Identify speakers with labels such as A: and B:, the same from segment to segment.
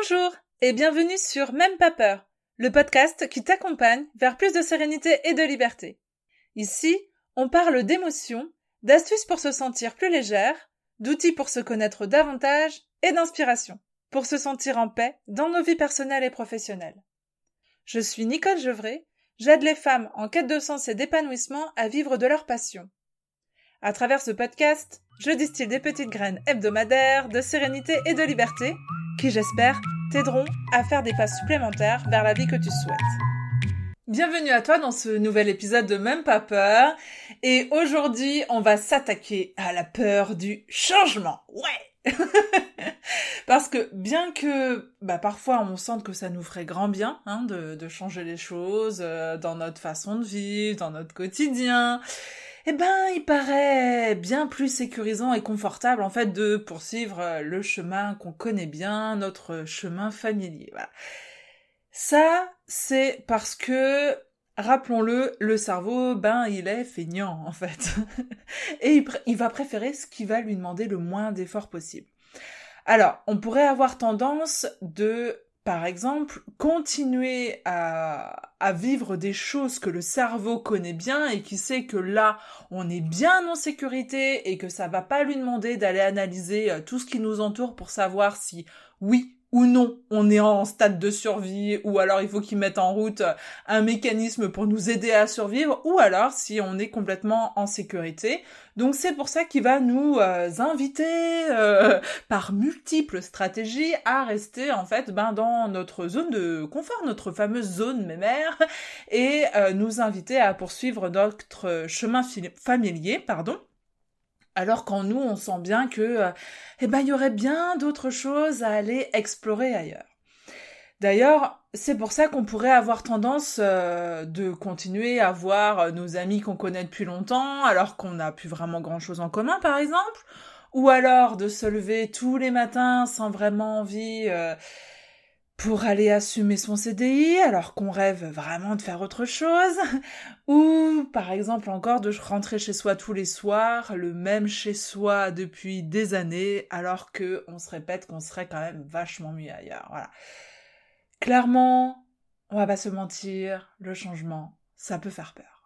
A: Bonjour et bienvenue sur Même pas peur, le podcast qui t'accompagne vers plus de sérénité et de liberté. Ici, on parle d'émotions, d'astuces pour se sentir plus légère, d'outils pour se connaître davantage et d'inspiration pour se sentir en paix dans nos vies personnelles et professionnelles. Je suis Nicole Gevrey, j'aide les femmes en quête de sens et d'épanouissement à vivre de leur passion. À travers ce podcast, je distille des petites graines hebdomadaires de sérénité et de liberté qui, j'espère, t'aideront à faire des pas supplémentaires vers la vie que tu souhaites. Bienvenue à toi dans ce nouvel épisode de Même pas peur. Et aujourd'hui, on va s'attaquer à la peur du changement. Ouais. Parce que bien que parfois on sente que ça nous ferait grand bien de changer les choses dans notre façon de vivre, dans notre quotidien, il paraît bien plus sécurisant et confortable en fait de poursuivre le chemin qu'on connaît bien, notre chemin familier. Voilà. Ça, c'est parce que, rappelons-le, le cerveau, il est feignant en fait. Et il va préférer ce qui va lui demander le moins d'efforts possible. Alors, on pourrait avoir tendance de, par exemple, continuer à vivre des choses que le cerveau connaît bien et qui sait que là, on est bien en sécurité et que ça va pas lui demander d'aller analyser tout ce qui nous entoure pour savoir si, oui ou non, on est en stade de survie, ou alors il faut qu'il mette en route un mécanisme pour nous aider à survivre, ou alors si on est complètement en sécurité. Donc c'est pour ça qu'il va nous inviter par multiples stratégies à rester en fait dans notre zone de confort, notre fameuse zone mémère, et nous inviter à poursuivre notre chemin familier, alors qu'en nous, on sent bien que, il y aurait bien d'autres choses à aller explorer ailleurs. D'ailleurs, c'est pour ça qu'on pourrait avoir tendance de continuer à voir nos amis qu'on connaît depuis longtemps, alors qu'on n'a plus vraiment grand-chose en commun, par exemple, ou alors de se lever tous les matins sans vraiment envie pour aller assumer son CDI, alors qu'on rêve vraiment de faire autre chose, ou par exemple encore de rentrer chez soi tous les soirs, le même chez soi depuis des années, alors que on se répète qu'on serait quand même vachement mieux ailleurs. Voilà. Clairement, on va pas se mentir, le changement, ça peut faire peur.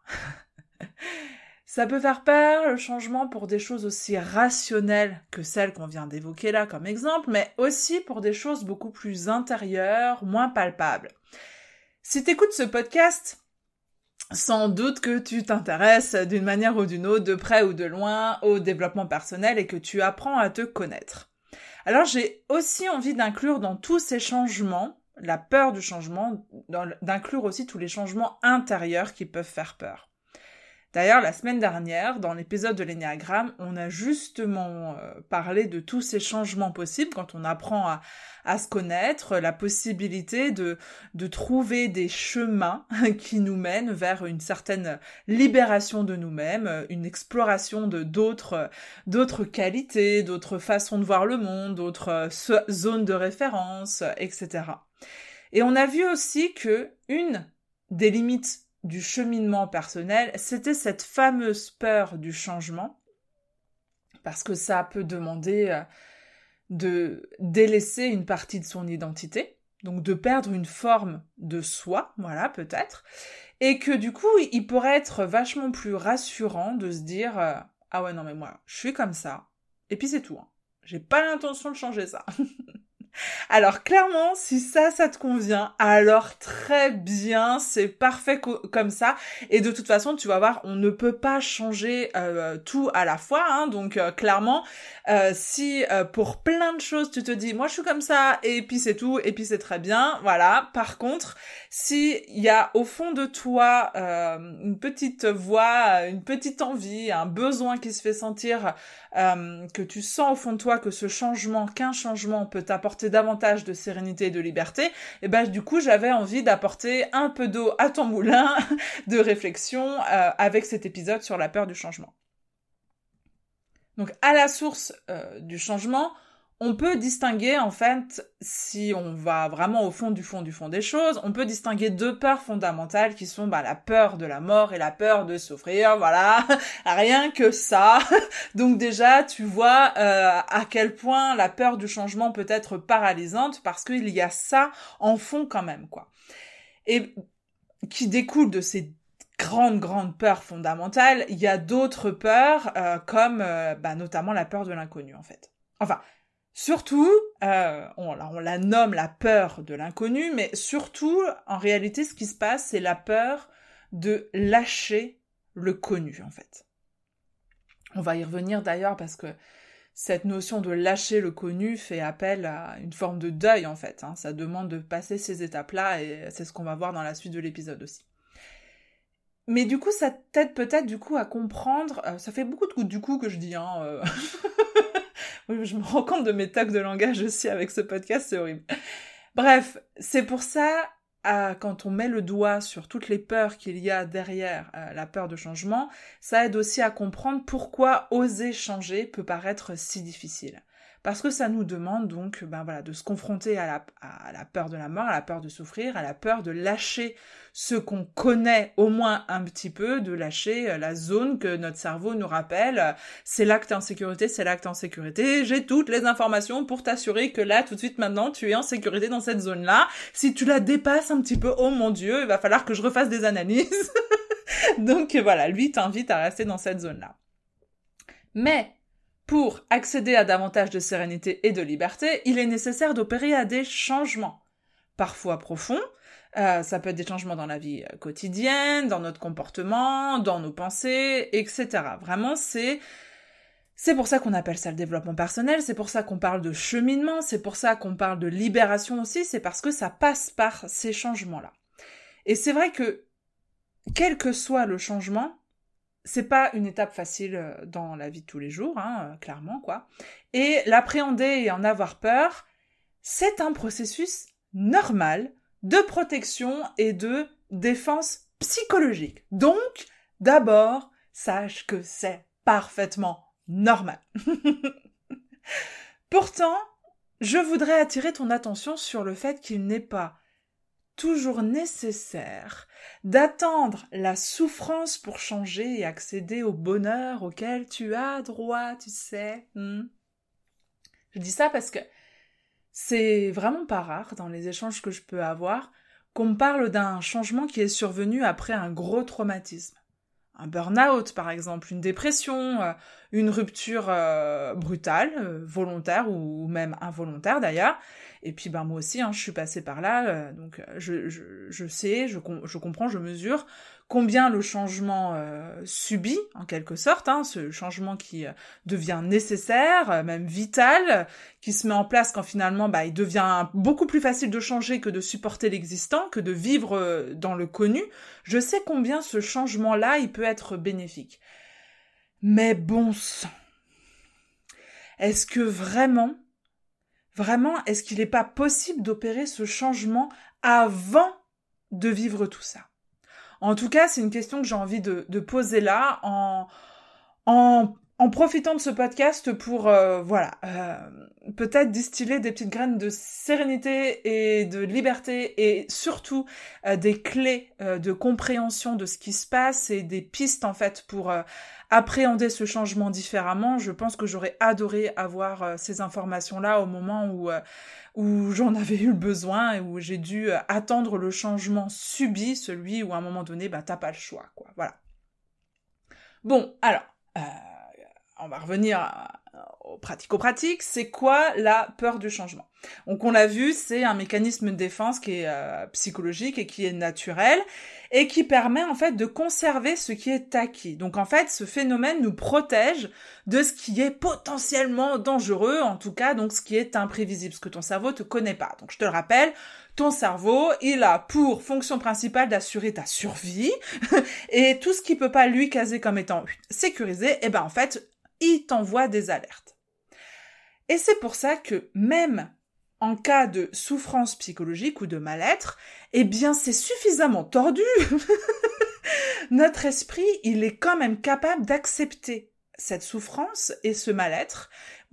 A: Ça peut faire peur, le changement, pour des choses aussi rationnelles que celles qu'on vient d'évoquer là comme exemple, mais aussi pour des choses beaucoup plus intérieures, moins palpables. Si t'écoutes ce podcast, sans doute que tu t'intéresses d'une manière ou d'une autre, de près ou de loin, au développement personnel et que tu apprends à te connaître. Alors j'ai aussi envie d'inclure dans tous ces changements, la peur du changement, d'inclure aussi tous les changements intérieurs qui peuvent faire peur. D'ailleurs, la semaine dernière, dans l'épisode de l'Énéagramme, on a justement parlé de tous ces changements possibles quand on apprend à se connaître, la possibilité de trouver des chemins qui nous mènent vers une certaine libération de nous-mêmes, une exploration de d'autres qualités, d'autres façons de voir le monde, d'autres zones de référence, etc. Et on a vu aussi que une des limites du cheminement personnel, c'était cette fameuse peur du changement, parce que ça peut demander de délaisser une partie de son identité, donc de perdre une forme de soi, voilà, peut-être, et que du coup, il pourrait être vachement plus rassurant de se dire « Ah ouais, non mais moi, je suis comme ça, et puis c'est tout, hein. J'ai pas l'intention de changer ça. » Alors clairement, si ça te convient, alors très bien, c'est parfait comme ça. Et de toute façon, tu vas voir, on ne peut pas changer tout à la fois. Donc clairement, si pour plein de choses, tu te dis, moi je suis comme ça, et puis c'est tout, et puis c'est très bien, voilà. Par contre, si il y a au fond de toi une petite voix, une petite envie, un besoin qui se fait sentir, que tu sens au fond de toi que qu'un changement peut t'apporter davantage de sérénité et de liberté, du coup j'avais envie d'apporter un peu d'eau à ton moulin de réflexion avec cet épisode sur la peur du changement. Donc à la source du changement, on peut distinguer, en fait, si on va vraiment au fond des choses, on peut distinguer deux peurs fondamentales qui sont la peur de la mort et la peur de souffrir, voilà, rien que ça. Donc déjà, tu vois à quel point la peur du changement peut être paralysante parce qu'il y a ça en fond quand même, quoi. Et qui découle de ces grandes peurs fondamentales, il y a d'autres peurs comme notamment la peur de l'inconnu, en fait. Enfin, surtout, on la nomme la peur de l'inconnu, mais surtout, en réalité, ce qui se passe, c'est la peur de lâcher le connu, en fait. On va y revenir d'ailleurs parce que cette notion de lâcher le connu fait appel à une forme de deuil, en fait. Ça demande de passer ces étapes-là et c'est ce qu'on va voir dans la suite de l'épisode aussi. Mais du coup, ça t'aide peut-être du coup à comprendre... ça fait beaucoup de du coup que je dis, Oui, je me rends compte de mes tocs de langage aussi avec ce podcast, c'est horrible. Bref, c'est pour ça, quand on met le doigt sur toutes les peurs qu'il y a derrière la peur de changement, ça aide aussi à comprendre pourquoi oser changer peut paraître si difficile. Parce que ça nous demande donc de se confronter à la peur de la mort, à la peur de souffrir, à la peur de lâcher ce qu'on connaît au moins un petit peu, de lâcher la zone que notre cerveau nous rappelle. C'est là que t'es en sécurité, c'est là que t'es en sécurité. J'ai toutes les informations pour t'assurer que là, tout de suite maintenant, tu es en sécurité dans cette zone-là. Si tu la dépasses un petit peu, oh mon Dieu, il va falloir que je refasse des analyses. Donc voilà, lui t'invite à rester dans cette zone-là. Mais pour accéder à davantage de sérénité et de liberté, il est nécessaire d'opérer à des changements, parfois profonds. Ça peut être des changements dans la vie quotidienne, dans notre comportement, dans nos pensées, etc. Vraiment, c'est pour ça qu'on appelle ça le développement personnel, c'est pour ça qu'on parle de cheminement, c'est pour ça qu'on parle de libération aussi, c'est parce que ça passe par ces changements-là. Et c'est vrai que, quel que soit le changement, c'est pas une étape facile dans la vie de tous les jours, clairement, quoi. Et l'appréhender et en avoir peur, c'est un processus normal de protection et de défense psychologique. Donc, d'abord, sache que c'est parfaitement normal. Pourtant, je voudrais attirer ton attention sur le fait qu'il n'est pas toujours nécessaire d'attendre la souffrance pour changer et accéder au bonheur auquel tu as droit, tu sais. Je dis ça parce que c'est vraiment pas rare dans les échanges que je peux avoir qu'on me parle d'un changement qui est survenu après un gros traumatisme. Un burn-out, par exemple, une dépression, une rupture brutale, volontaire ou même involontaire d'ailleurs. Et puis moi aussi, je suis passée par là, donc je sais, je comprends, je mesure combien le changement subit, en quelque sorte, ce changement qui devient nécessaire, même vital, qui se met en place quand finalement il devient beaucoup plus facile de changer que de supporter l'existant, que de vivre dans le connu. Je sais combien ce changement-là, il peut être bénéfique. Mais bon sang, est-ce que vraiment, est-ce qu'il n'est pas possible d'opérer ce changement avant de vivre tout ça? En tout cas, c'est une question que j'ai envie de poser là, en profitant de ce podcast pour, peut-être distiller des petites graines de sérénité et de liberté et surtout des clés de compréhension de ce qui se passe et des pistes en fait pour appréhender ce changement différemment. Je pense que j'aurais adoré avoir ces informations-là au moment où j'en avais eu le besoin et où j'ai dû attendre le changement subi, celui où à un moment donné, t'as pas le choix, quoi. Voilà. Bon, alors, on va revenir au pratico-pratique. C'est quoi la peur du changement? Donc on l'a vu, c'est un mécanisme de défense qui est psychologique et qui est naturel et qui permet en fait de conserver ce qui est acquis. Donc en fait, ce phénomène nous protège de ce qui est potentiellement dangereux, en tout cas donc ce qui est imprévisible, ce que ton cerveau te connaît pas. Donc je te le rappelle, ton cerveau, il a pour fonction principale d'assurer ta survie et tout ce qui peut pas lui caser comme étant sécurisé, en fait, il t'envoie des alertes. Et c'est pour ça que même en cas de souffrance psychologique ou de mal-être, c'est suffisamment tordu. Notre esprit, il est quand même capable d'accepter cette souffrance et ce mal-être,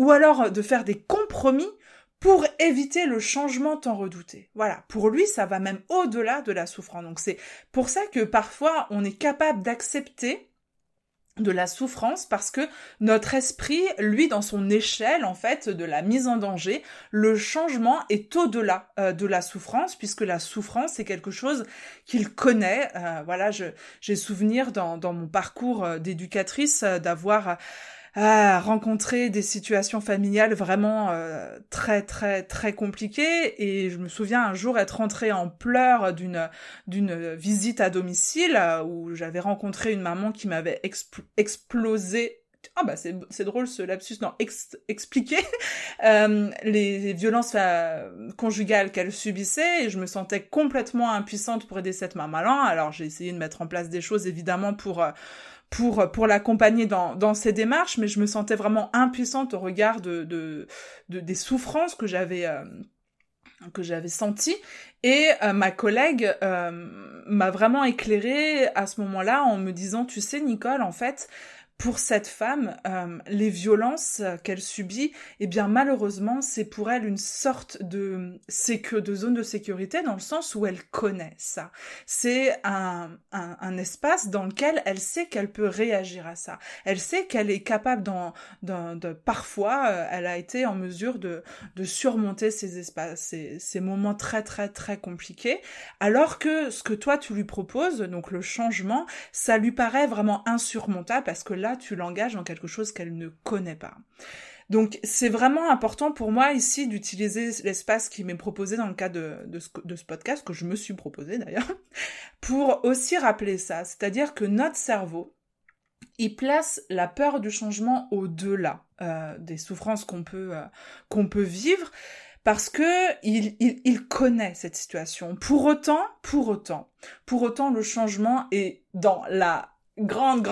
A: ou alors de faire des compromis pour éviter le changement tant redouté. Voilà, pour lui, ça va même au-delà de la souffrance. Donc c'est pour ça que parfois, on est capable d'accepter de la souffrance parce que notre esprit, lui, dans son échelle, en fait, de la mise en danger, le changement est au-delà de la souffrance, puisque la souffrance, c'est quelque chose qu'il connaît. Voilà, j'ai souvenir dans mon parcours d'éducatrice d'avoir rencontré des situations familiales vraiment très très très compliquées, et je me souviens un jour être rentrée en pleurs d'une visite à domicile où j'avais rencontré une maman qui m'avait explosé. Ah bah c'est drôle ce lapsus, non, expliquer les violences conjugales qu'elle subissait, et je me sentais complètement impuissante pour aider cette maman-là. Alors j'ai essayé de mettre en place des choses évidemment pour l'accompagner dans ses démarches, mais je me sentais vraiment impuissante au regard des souffrances que j'avais senties. Et ma collègue m'a vraiment éclairée à ce moment-là en me disant, tu sais Nicole, en fait, pour cette femme, les violences qu'elle subit, eh bien malheureusement, c'est pour elle une sorte de zone de sécurité, dans le sens où elle connaît ça. C'est un espace dans lequel elle sait qu'elle peut réagir à ça. Elle sait qu'elle est capable parfois, elle a été en mesure de surmonter ces espaces, ces moments très très très compliqués, alors que ce que toi tu lui proposes, donc le changement, ça lui paraît vraiment insurmontable, parce que là, tu l'engages dans quelque chose qu'elle ne connaît pas. Donc, c'est vraiment important pour moi ici d'utiliser l'espace qui m'est proposé dans le cadre de ce podcast, que je me suis proposé d'ailleurs, pour aussi rappeler ça. C'est-à-dire que notre cerveau, il place la peur du changement au-delà des souffrances qu'on peut vivre, parce que il connaît cette situation. Pour autant, le changement est dans la grande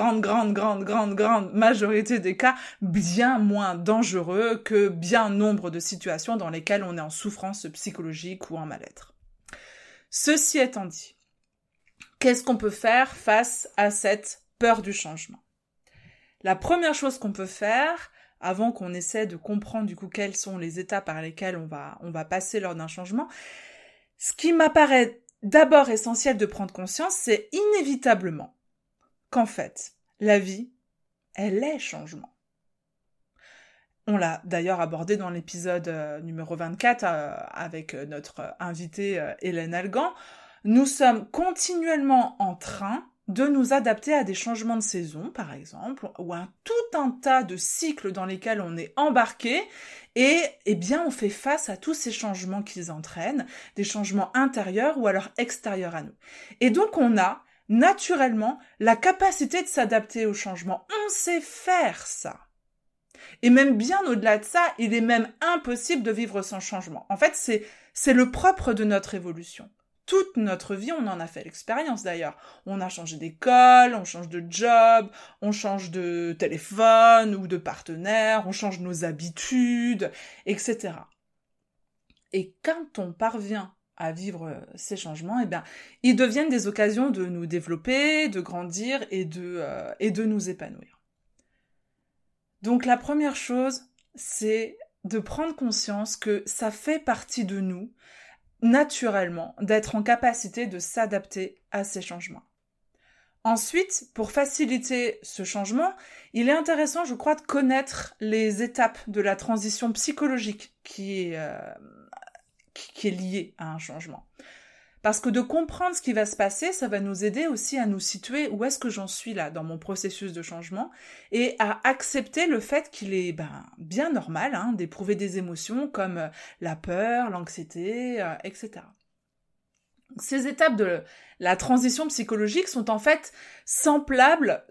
A: majorité des cas bien moins dangereux que bien nombre de situations dans lesquelles on est en souffrance psychologique ou en mal-être. Ceci étant dit, qu'est-ce qu'on peut faire face à cette peur du changement ? La première chose qu'on peut faire, avant qu'on essaie de comprendre du coup quelles sont les étapes par lesquelles on va passer lors d'un changement, ce qui m'apparaît d'abord essentiel de prendre conscience, c'est inévitablement qu'en fait, la vie, elle est changement. On l'a d'ailleurs abordé dans l'épisode numéro 24 avec notre invitée Hélène Algan. Nous sommes continuellement en train de nous adapter à des changements de saison, par exemple, ou à tout un tas de cycles dans lesquels on est embarqué, et eh bien on fait face à tous ces changements qu'ils entraînent, des changements intérieurs ou alors extérieurs à nous. Et donc on a naturellement la capacité de s'adapter au changement. On sait faire ça. Et même bien au-delà de ça, il est même impossible de vivre sans changement. En fait, c'est le propre de notre évolution. Toute notre vie, on en a fait l'expérience d'ailleurs. On a changé d'école, on change de job, on change de téléphone ou de partenaire, on change nos habitudes, etc. Et quand on parvient à vivre ces changements, eh bien, ils deviennent des occasions de nous développer, de grandir et de nous épanouir. Donc la première chose, c'est de prendre conscience que ça fait partie de nous, naturellement, d'être en capacité de s'adapter à ces changements. Ensuite, pour faciliter ce changement, il est intéressant, je crois, de connaître les étapes de la transition psychologique qui est liée à un changement. Parce que de comprendre ce qui va se passer, ça va nous aider aussi à nous situer où est-ce que j'en suis là dans mon processus de changement, et à accepter le fait qu'il est bien normal d'éprouver des émotions comme la peur, l'anxiété, etc. Ces étapes de la transition psychologique sont en fait semblables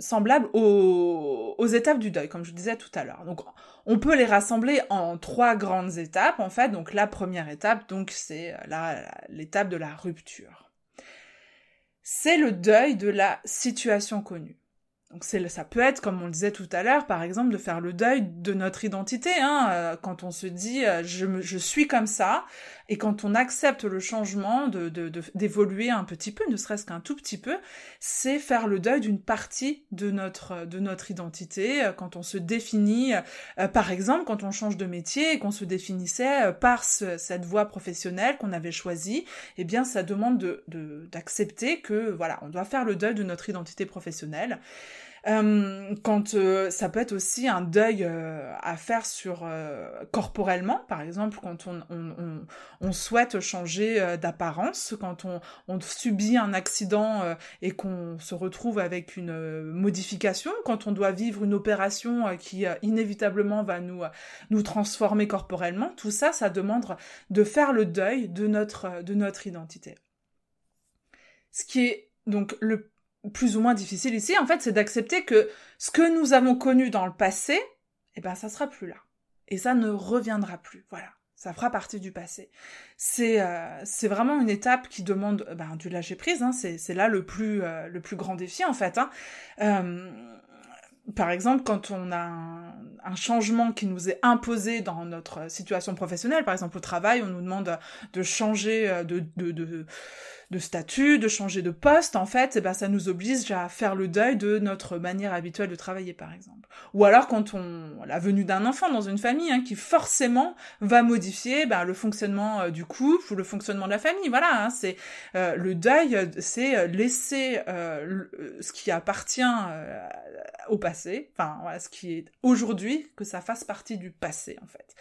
A: aux étapes du deuil, comme je disais tout à l'heure. Donc, on peut les rassembler en 3 grandes étapes, en fait. Donc, la première étape, donc, c'est l'étape de la rupture. C'est le deuil de la situation connue. Donc ça peut être, comme on le disait tout à l'heure, par exemple, de faire le deuil de notre identité, quand on se dit je suis comme ça, et quand on accepte le changement d'évoluer un petit peu, ne serait-ce qu'un tout petit peu, c'est faire le deuil d'une partie de notre identité, quand on se définit, par exemple, quand on change de métier et qu'on se définissait par cette voie professionnelle qu'on avait choisie, eh bien ça demande d'accepter que voilà, on doit faire le deuil de notre identité professionnelle. Quand ça peut être aussi un deuil à faire corporellement, par exemple quand on souhaite changer d'apparence, quand on subit un accident et qu'on se retrouve avec une modification, quand on doit vivre une opération qui inévitablement va nous transformer corporellement, tout ça, ça demande de faire le deuil de notre identité. Ce qui est donc le plus ou moins difficile ici, en fait, c'est d'accepter que ce que nous avons connu dans le passé, eh ben, ça sera plus là. Et ça ne reviendra plus. Voilà. Ça fera partie du passé. C'est vraiment une étape qui demande du lâcher prise. C'est là le plus grand défi, en fait. Par exemple, quand on a un changement qui nous est imposé dans notre situation professionnelle, par exemple au travail, on nous demande de changer de statut, de changer de poste, en fait, ça nous oblige à faire le deuil de notre manière habituelle de travailler, par exemple. Ou alors quand la venue d'un enfant dans une famille, qui forcément va modifier le fonctionnement du couple ou le fonctionnement de la famille. Voilà, c'est le deuil, c'est laisser ce qui appartient au passé, enfin voilà, ce qui est aujourd'hui, que ça fasse partie du passé, en fait.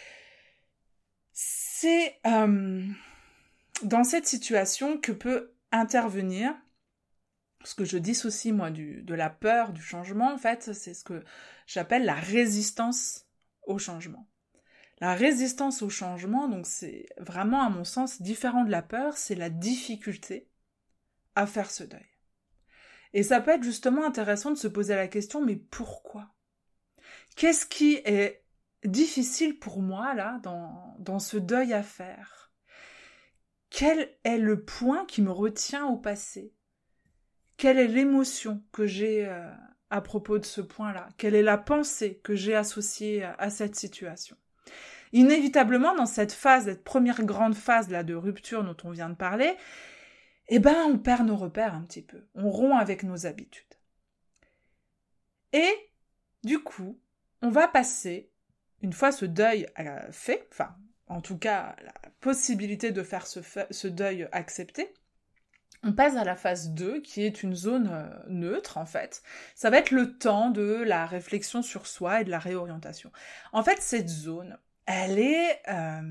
A: C'est dans cette situation que peut intervenir ce que je dissocie, moi, de la peur du changement, en fait, c'est ce que j'appelle la résistance au changement. La résistance au changement, donc c'est vraiment, à mon sens, différent de la peur, c'est la difficulté à faire ce deuil. Et ça peut être justement intéressant de se poser la question, mais pourquoi ? Qu'est-ce qui est difficile pour moi, là, dans ce deuil à faire ? Quel est le point qui me retient au passé ? Quelle est l'émotion que j'ai à propos de ce point-là ? Quelle est la pensée que j'ai associée à cette situation ? Inévitablement, dans cette première grande phase là de rupture dont on vient de parler, on perd nos repères un petit peu. On rompt avec nos habitudes. Et, du coup, on va passer, une fois ce deuil fait, enfin, en tout cas, la possibilité de faire ce deuil accepté, on passe à la phase 2, qui est une zone neutre, en fait. Ça va être le temps de la réflexion sur soi et de la réorientation. En fait, cette zone, elle est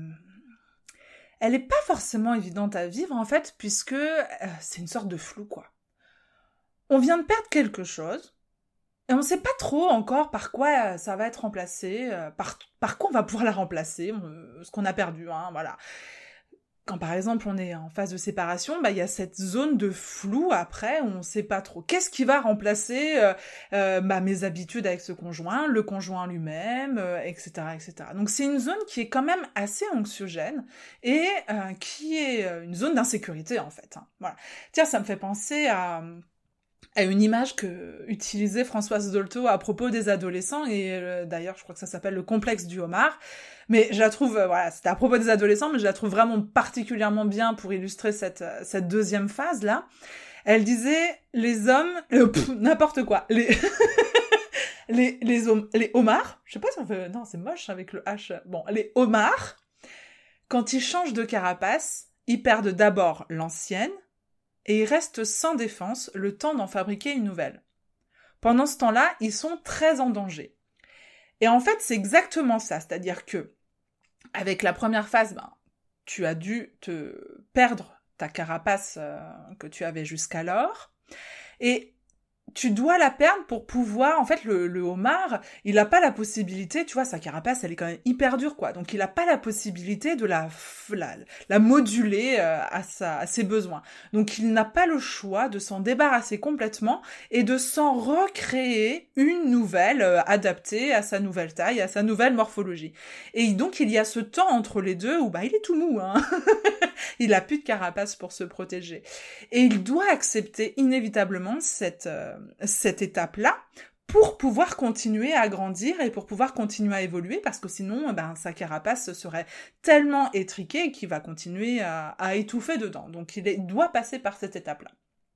A: pas forcément évidente à vivre, en fait, puisque c'est une sorte de flou, quoi. On vient de perdre quelque chose, et on ne sait pas trop encore par quoi ça va être remplacé, par quoi on va pouvoir la remplacer, ce qu'on a perdu, voilà. Quand par exemple on est en phase de séparation, il y a cette zone de flou après où on ne sait pas trop. Qu'est-ce qui va remplacer mes habitudes avec ce conjoint, le conjoint lui-même, etc., etc. Donc c'est une zone qui est quand même assez anxiogène et qui est une zone d'insécurité en fait. Voilà. Tiens, ça me fait penser à une image que utilisait Françoise Dolto à propos des adolescents, et d'ailleurs je crois que ça s'appelle le complexe du homard, mais je la trouve, c'était à propos des adolescents, mais je la trouve vraiment particulièrement bien pour illustrer cette deuxième phase-là. Elle disait, les hommes, n'importe quoi, les homards, je sais pas si on fait, non c'est moche avec le H, bon, les homards, quand ils changent de carapace, ils perdent d'abord l'ancienne, et ils restent sans défense le temps d'en fabriquer une nouvelle. Pendant ce temps-là, ils sont très en danger. Et en fait, c'est exactement ça, c'est-à-dire que, avec la première phase, tu as dû te perdre ta carapace que tu avais jusqu'alors, et tu dois la perdre pour pouvoir, en fait, le homard, il n'a pas la possibilité, tu vois, sa carapace, elle est quand même hyper dure, quoi. Donc, il n'a pas la possibilité de la moduler à ses besoins. Donc, il n'a pas le choix de s'en débarrasser complètement et de s'en recréer une nouvelle adaptée à sa nouvelle taille, à sa nouvelle morphologie. Et donc, il y a ce temps entre les deux où, il est tout mou, il a plus de carapace pour se protéger. Et il doit accepter inévitablement cette cette étape-là pour pouvoir continuer à grandir et pour pouvoir continuer à évoluer, parce que sinon, sa carapace serait tellement étriquée qu'il va continuer à étouffer dedans. Donc, il doit passer par cette étape-là.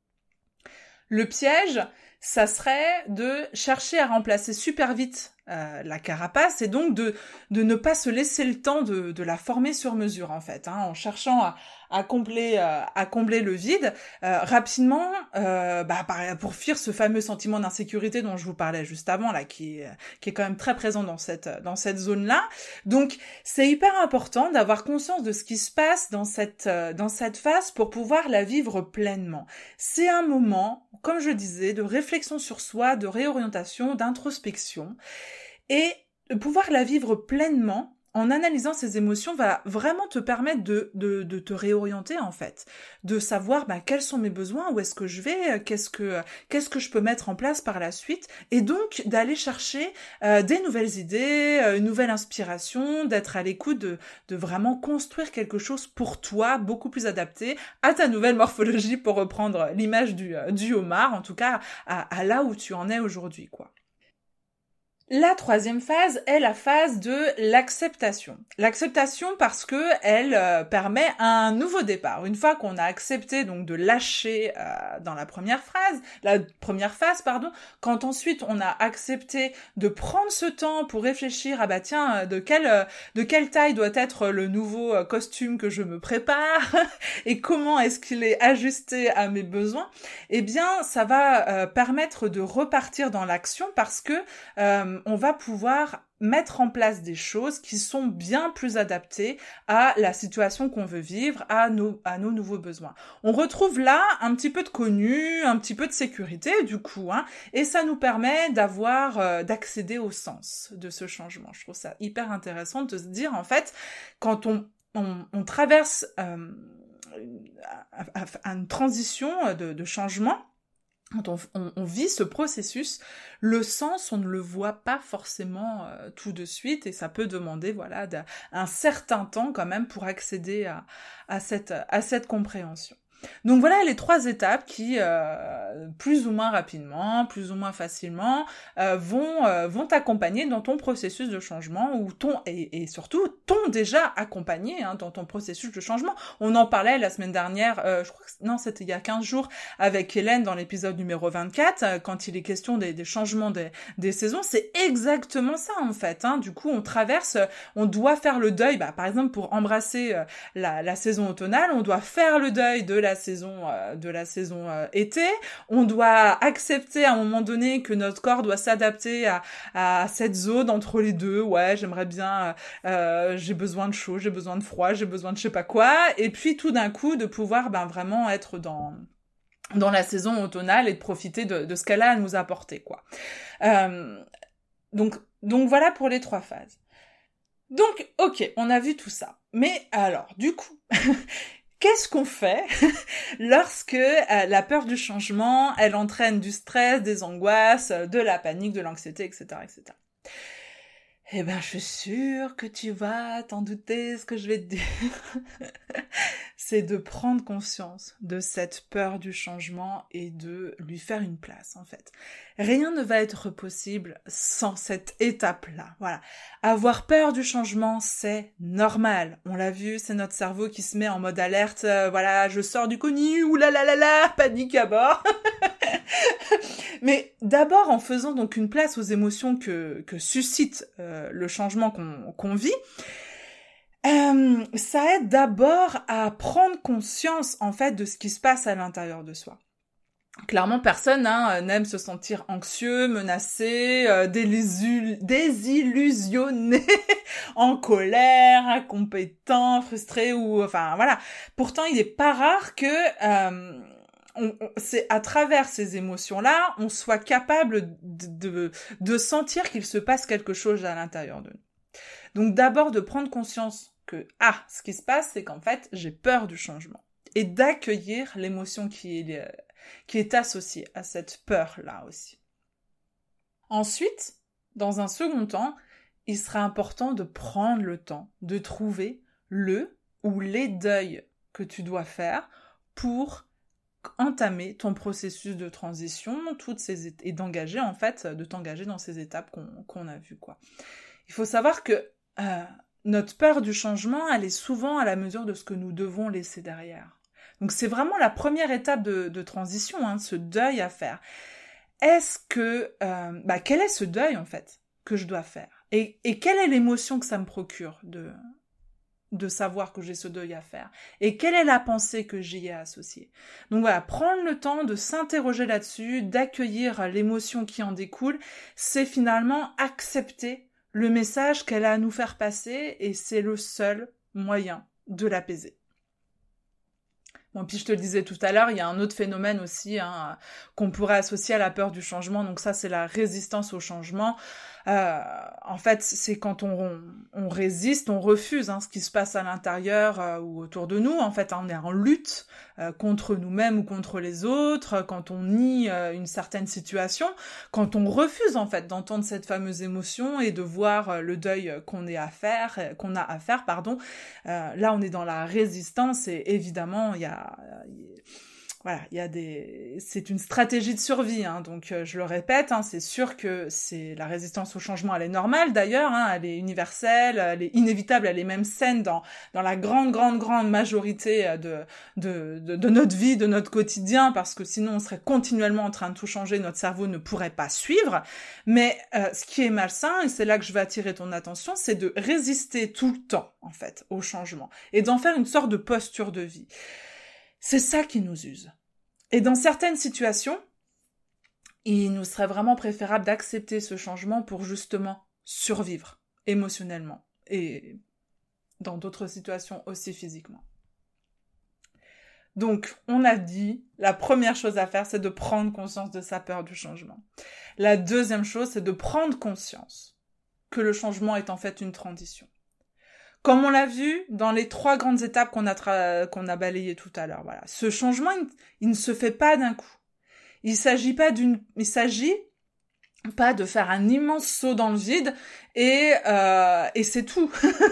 A: Le piège, ça serait de chercher à remplacer super vite la carapace et donc de ne pas se laisser le temps de la former sur mesure, en fait, en cherchant à combler le vide rapidement, pour fuir ce fameux sentiment d'insécurité dont je vous parlais juste avant, là, qui est quand même très présent dans cette zone-là. Donc, c'est hyper important d'avoir conscience de ce qui se passe dans cette phase pour pouvoir la vivre pleinement. C'est un moment, comme je disais, de réflexion sur soi, de réorientation, d'introspection. Et pouvoir la vivre pleinement en analysant ces émotions va vraiment te permettre de te réorienter, en fait, de savoir quels sont mes besoins, où est-ce que je vais, qu'est-ce que je peux mettre en place par la suite, et donc d'aller chercher des nouvelles idées, une nouvelle inspiration, d'être à l'écoute, de vraiment construire quelque chose pour toi, beaucoup plus adapté à ta nouvelle morphologie, pour reprendre l'image du homard, en tout cas à là où tu en es aujourd'hui, quoi. La troisième phase est la phase de l'acceptation. L'acceptation parce que elle permet un nouveau départ. Une fois qu'on a accepté donc de lâcher dans la première phase, quand ensuite on a accepté de prendre ce temps pour réfléchir de quelle taille doit être le nouveau costume que je me prépare et comment est-ce qu'il est ajusté à mes besoins, eh bien ça va permettre de repartir dans l'action parce que on va pouvoir mettre en place des choses qui sont bien plus adaptées à la situation qu'on veut vivre, à nos nouveaux besoins. On retrouve là un petit peu de connu, un petit peu de sécurité du coup, et ça nous permet d'accéder au sens de ce changement. Je trouve ça hyper intéressant de se dire, en fait, quand on traverse une transition de changement, quand on vit ce processus, le sens, on ne le voit pas forcément tout de suite et ça peut demander un certain temps quand même pour accéder à cette compréhension. Donc voilà les 3 étapes qui, plus ou moins rapidement, plus ou moins facilement, vont t'accompagner dans ton processus de changement et surtout t'ont déjà accompagné dans ton processus de changement. On en parlait la semaine dernière, je crois que c'était il y a 15 jours avec Hélène dans l'épisode numéro 24, quand il est question des changements des saisons, c'est exactement ça en fait. Du coup, on doit faire le deuil, par exemple pour embrasser la saison automnale, on doit faire le deuil de la saison été, on doit accepter à un moment donné que notre corps doit s'adapter à cette zone entre les deux. Ouais, j'aimerais bien, j'ai besoin de chaud, j'ai besoin de froid, j'ai besoin de je sais pas quoi, et puis tout d'un coup de pouvoir vraiment être dans la saison automnale et de profiter de ce qu'elle a à nous apporter, quoi. Donc voilà pour les 3 phases. Donc, ok, on a vu tout ça. Mais alors, du coup, qu'est-ce qu'on fait lorsque la peur du changement, elle entraîne du stress, des angoisses, de la panique, de l'anxiété, etc., etc. Eh ben, je suis sûre que tu vas t'en douter, ce que je vais te dire. C'est de prendre conscience de cette peur du changement et de lui faire une place, en fait. Rien ne va être possible sans cette étape-là. Voilà. Avoir peur du changement, c'est normal. On l'a vu, c'est notre cerveau qui se met en mode alerte. Je sors du connu, oulalalala, panique à bord. Mais d'abord, en faisant donc une place aux émotions que suscite le changement qu'on vit, ça aide d'abord à prendre conscience en fait de ce qui se passe à l'intérieur de soi. Clairement, personne n'aime se sentir anxieux, menacé, désillusionné, en colère, incompétent, frustré Pourtant, il n'est pas rare que c'est à travers ces émotions-là, on soit capable de sentir qu'il se passe quelque chose à l'intérieur de nous. Donc d'abord de prendre conscience que ce qui se passe, c'est qu'en fait, j'ai peur du changement. Et d'accueillir l'émotion qui est associée à cette peur-là aussi. Ensuite, dans un second temps, il sera important de prendre le temps de trouver le ou les deuils que tu dois faire pour entamer ton processus de transition, et d'engager en fait, de t'engager dans ces étapes qu'on a vues, quoi. Il faut savoir que notre peur du changement, elle est souvent à la mesure de ce que nous devons laisser derrière. Donc c'est vraiment la première étape de transition, ce deuil à faire. Quel est ce deuil en fait que je dois faire ? Et quelle est l'émotion que ça me procure de savoir que j'ai ce deuil à faire? Et quelle est la pensée que j'y ai associée? Donc voilà, prendre le temps de s'interroger là-dessus, d'accueillir l'émotion qui en découle, c'est finalement accepter le message qu'elle a à nous faire passer, et c'est le seul moyen de l'apaiser. Bon, puis je te le disais tout à l'heure, il y a un autre phénomène aussi qu'on pourrait associer à la peur du changement, donc ça c'est la résistance au changement. En fait, c'est quand on résiste, on refuse ce qui se passe à l'intérieur ou autour de nous. En fait, on est en lutte contre nous-mêmes ou contre les autres, quand on nie une certaine situation, quand on refuse en fait d'entendre cette fameuse émotion et de voir le deuil qu'on a à faire. Là, on est dans la résistance et évidemment, c'est une stratégie de survie, donc je le répète, c'est sûr que la résistance au changement, elle est normale d'ailleurs, elle est universelle, elle est inévitable, elle est même saine dans la grande majorité de notre vie, de notre quotidien, parce que sinon on serait continuellement en train de tout changer, notre cerveau ne pourrait pas suivre. Mais ce qui est malsain, et c'est là que je vais attirer ton attention, c'est de résister tout le temps en fait au changement et d'en faire une sorte de posture de vie. C'est ça qui nous use. Et dans certaines situations, il nous serait vraiment préférable d'accepter ce changement pour justement survivre émotionnellement et dans d'autres situations aussi physiquement. Donc, on a dit, la première chose à faire, c'est de prendre conscience de sa peur du changement. La deuxième chose, c'est de prendre conscience que le changement est en fait une transition. Comme on l'a vu dans les 3 grandes étapes qu'on a balayées tout à l'heure, voilà. Ce changement, il ne se fait pas d'un coup. Il s'agit pas de faire un immense saut dans le vide et c'est tout.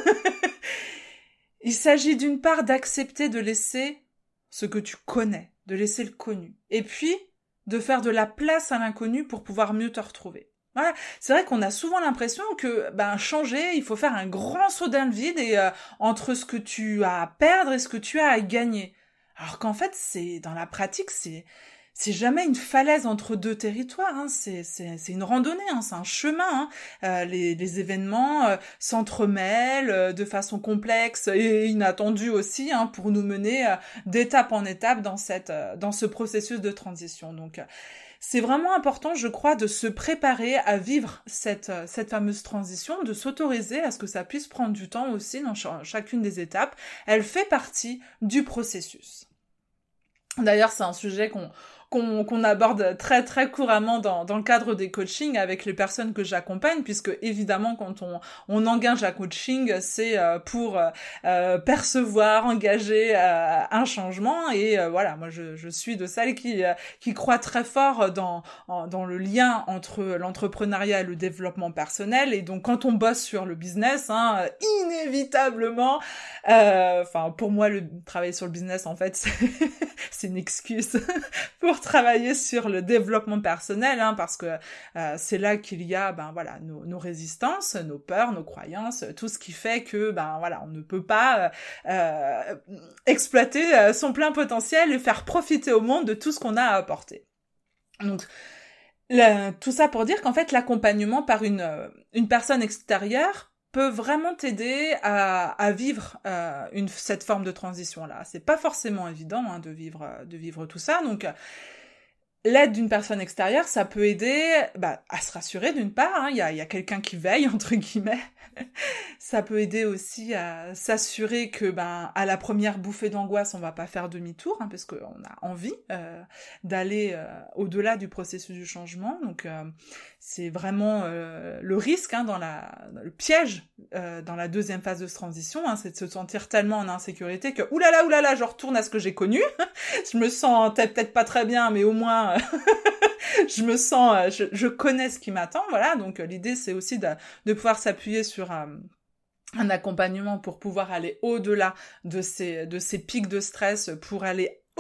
A: Il s'agit d'une part d'accepter de laisser ce que tu connais, de laisser le connu. Et puis, de faire de la place à l'inconnu pour pouvoir mieux te retrouver. Voilà. C'est vrai qu'on a souvent l'impression que changer, il faut faire un grand saut dans le vide et entre ce que tu as à perdre et ce que tu as à gagner. Alors qu'en fait, dans la pratique, c'est jamais une falaise entre 2 territoires, c'est une randonnée, c'est un chemin. Les événements s'entremêlent de façon complexe et inattendue aussi, pour nous mener d'étape en étape dans ce processus de transition. Donc c'est vraiment important, je crois, de se préparer à vivre cette fameuse transition, de s'autoriser à ce que ça puisse prendre du temps aussi dans chacune des étapes. Elle fait partie du processus. D'ailleurs, c'est un sujet qu'on aborde très très couramment dans le cadre des coachings avec les personnes que j'accompagne, puisque évidemment quand on engage un coaching, c'est pour percevoir, engager un changement, et voilà, moi je suis de celles qui croient très fort dans le lien entre l'entrepreneuriat et le développement personnel. Et donc quand on bosse sur le business, inévitablement, pour moi travailler sur le business en fait c'est une excuse pour travailler sur le développement personnel, parce que c'est là qu'il y a nos résistances, nos peurs, nos croyances, tout ce qui fait que on ne peut pas exploiter son plein potentiel et faire profiter au monde de tout ce qu'on a à apporter. Donc tout ça pour dire qu'en fait l'accompagnement par une personne extérieure peut vraiment t'aider à vivre cette forme de transition-là. C'est pas forcément évident de vivre tout ça, donc l'aide d'une personne extérieure, ça peut aider à se rassurer d'une part, il y a quelqu'un qui veille, entre guillemets. Ça peut aider aussi à s'assurer que à la première bouffée d'angoisse, on va pas faire demi-tour, parce qu'on a envie d'aller au-delà du processus du changement. Donc c'est vraiment le risque, le piège dans la deuxième phase de transition, c'est de se sentir tellement en insécurité que oulala, je retourne à ce que j'ai connu. Je me sens peut-être pas très bien, mais au moins je me sens, je connais ce qui m'attend, voilà. Donc l'idée c'est aussi de pouvoir s'appuyer sur un accompagnement pour pouvoir aller au-delà de ces pics de stress, pour aller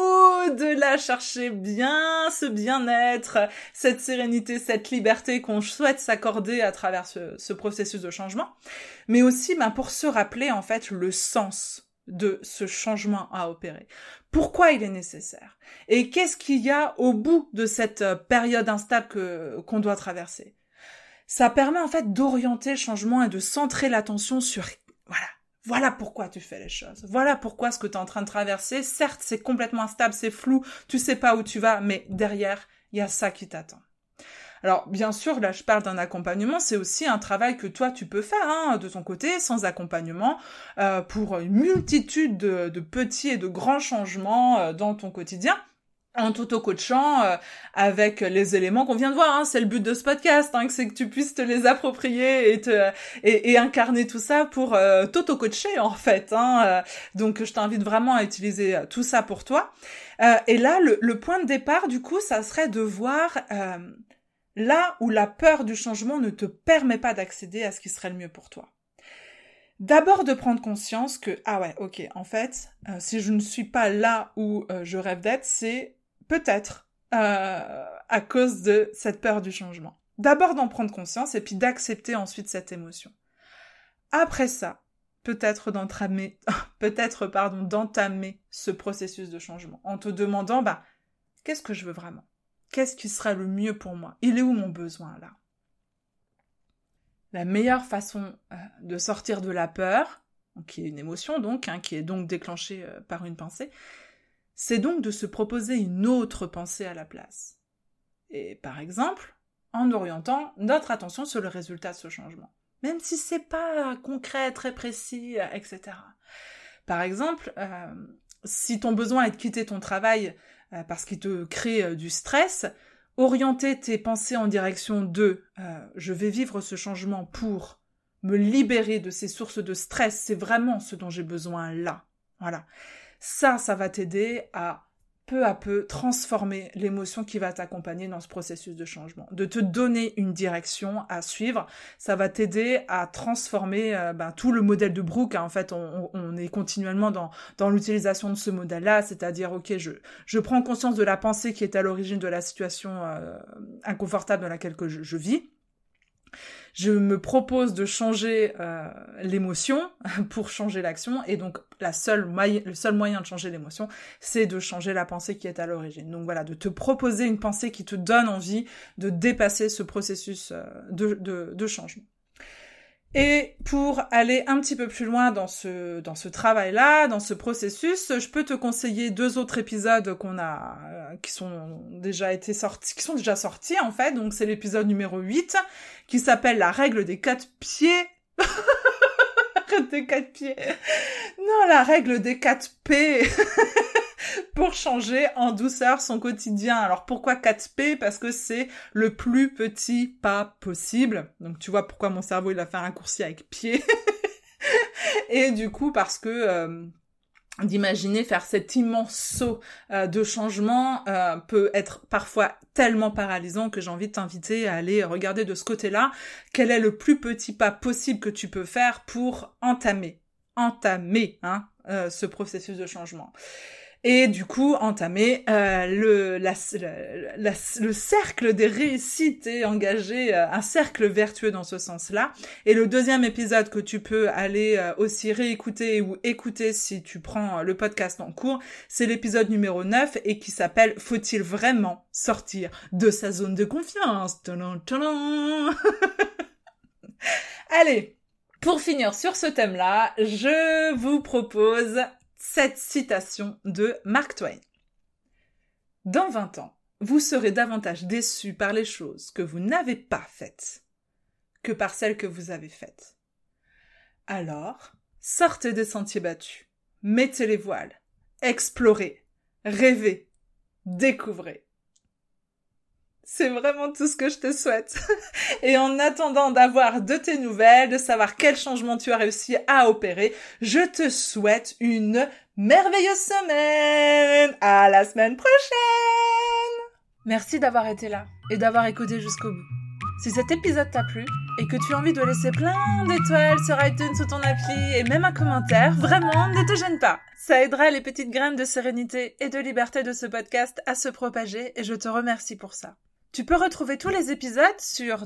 A: au-delà, chercher bien ce bien-être, cette sérénité, cette liberté qu'on souhaite s'accorder à travers ce processus de changement, mais aussi pour se rappeler en fait le sens de ce changement à opérer. Pourquoi il est nécessaire? Et qu'est-ce qu'il y a au bout de cette période instable qu'on doit traverser? Ça permet en fait d'orienter le changement et de centrer l'attention sur voilà pourquoi tu fais les choses. Voilà pourquoi ce que tu es en train de traverser, certes, c'est complètement instable, c'est flou, tu sais pas où tu vas, mais derrière, il y a ça qui t'attend. Alors, bien sûr, là, je parle d'un accompagnement, c'est aussi un travail que toi, tu peux faire de ton côté, sans accompagnement, pour une multitude de petits et de grands changements dans ton quotidien. En t'auto-coachant avec les éléments qu'on vient de voir, c'est le but de ce podcast, c'est que tu puisses te les approprier et incarner tout ça pour t'auto-coacher en fait. Donc je t'invite vraiment à utiliser tout ça pour toi. Et là, le point de départ, du coup, ça serait de voir là où la peur du changement ne te permet pas d'accéder à ce qui serait le mieux pour toi. D'abord de prendre conscience que, en fait, si je ne suis pas là où je rêve d'être, c'est peut-être à cause de cette peur du changement. D'abord d'en prendre conscience et puis d'accepter ensuite cette émotion. Après ça, peut-être d'entamer ce processus de changement en te demandant, qu'est-ce que je veux vraiment? Qu'est-ce qui serait le mieux pour moi? Il est où mon besoin là? La meilleure façon de sortir de la peur, qui est une émotion donc, qui est donc déclenchée par une pensée, c'est donc de se proposer une autre pensée à la place. Et par exemple, en orientant notre attention sur le résultat de ce changement. Même si c'est pas concret, très précis, etc. Par exemple, si ton besoin est de quitter ton travail parce qu'il te crée du stress, orienter tes pensées en direction de je vais vivre ce changement pour me libérer de ces sources de stress, c'est vraiment ce dont j'ai besoin là. Voilà. Ça va t'aider à peu transformer l'émotion qui va t'accompagner dans ce processus de changement. De te donner une direction à suivre, ça va t'aider à transformer tout le modèle de Brooke. En fait, on est continuellement dans l'utilisation de ce modèle-là, c'est-à-dire, je prends conscience de la pensée qui est à l'origine de la situation inconfortable dans laquelle je vis. Je me propose de changer l'émotion pour changer l'action, et donc le seul moyen de changer l'émotion, c'est de changer la pensée qui est à l'origine. Donc voilà, de te proposer une pensée qui te donne envie de dépasser ce processus de changement. Et pour aller un petit peu plus loin dans ce travail-là, dans ce processus, je peux te conseiller 2 autres épisodes qui sont déjà sortis en fait. Donc c'est l'épisode numéro 8 qui s'appelle La règle des 4 pieds. La règle des 4 P. Pour changer en douceur son quotidien. Alors pourquoi 4P? Parce que c'est le plus petit pas possible. Donc tu vois pourquoi mon cerveau il a fait un raccourci avec pied. Et du coup parce que d'imaginer faire cet immense saut de changement peut être parfois tellement paralysant que j'ai envie de t'inviter à aller regarder de ce côté-là quel est le plus petit pas possible que tu peux faire pour entamer ce processus de changement. Et du coup, entamer le cercle des réussites et engager un cercle vertueux dans ce sens-là. Et le 2e épisode que tu peux aller aussi réécouter ou écouter si tu prends le podcast en cours, c'est l'épisode numéro 9 et qui s'appelle « Faut-il vraiment sortir de sa zone de confiance ?» Allez, pour finir sur ce thème-là, je vous propose cette citation de Mark Twain. « Dans 20 ans, vous serez davantage déçus par les choses que vous n'avez pas faites que par celles que vous avez faites. Alors, sortez des sentiers battus, mettez les voiles, explorez, rêvez, découvrez. » C'est vraiment tout ce que je te souhaite. Et en attendant d'avoir de tes nouvelles, de savoir quel changement tu as réussi à opérer, je te souhaite une merveilleuse semaine. À la semaine prochaine. Merci d'avoir été là et d'avoir écouté jusqu'au bout. Si cet épisode t'a plu, et que tu as envie de laisser plein d'étoiles sur iTunes ou ton appli et même un commentaire, vraiment, ne te gêne pas. Ça aidera les petites graines de sérénité et de liberté de ce podcast à se propager et je te remercie pour ça. Tu peux retrouver tous les épisodes sur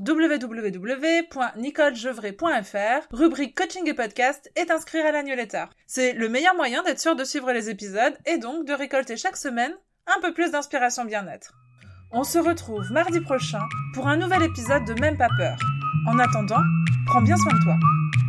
A: www.nicolejevray.fr, rubrique coaching et podcast et t'inscrire à la newsletter. C'est le meilleur moyen d'être sûr de suivre les épisodes et donc de récolter chaque semaine un peu plus d'inspiration bien-être. On se retrouve mardi prochain pour un nouvel épisode de Même pas peur. En attendant, prends bien soin de toi.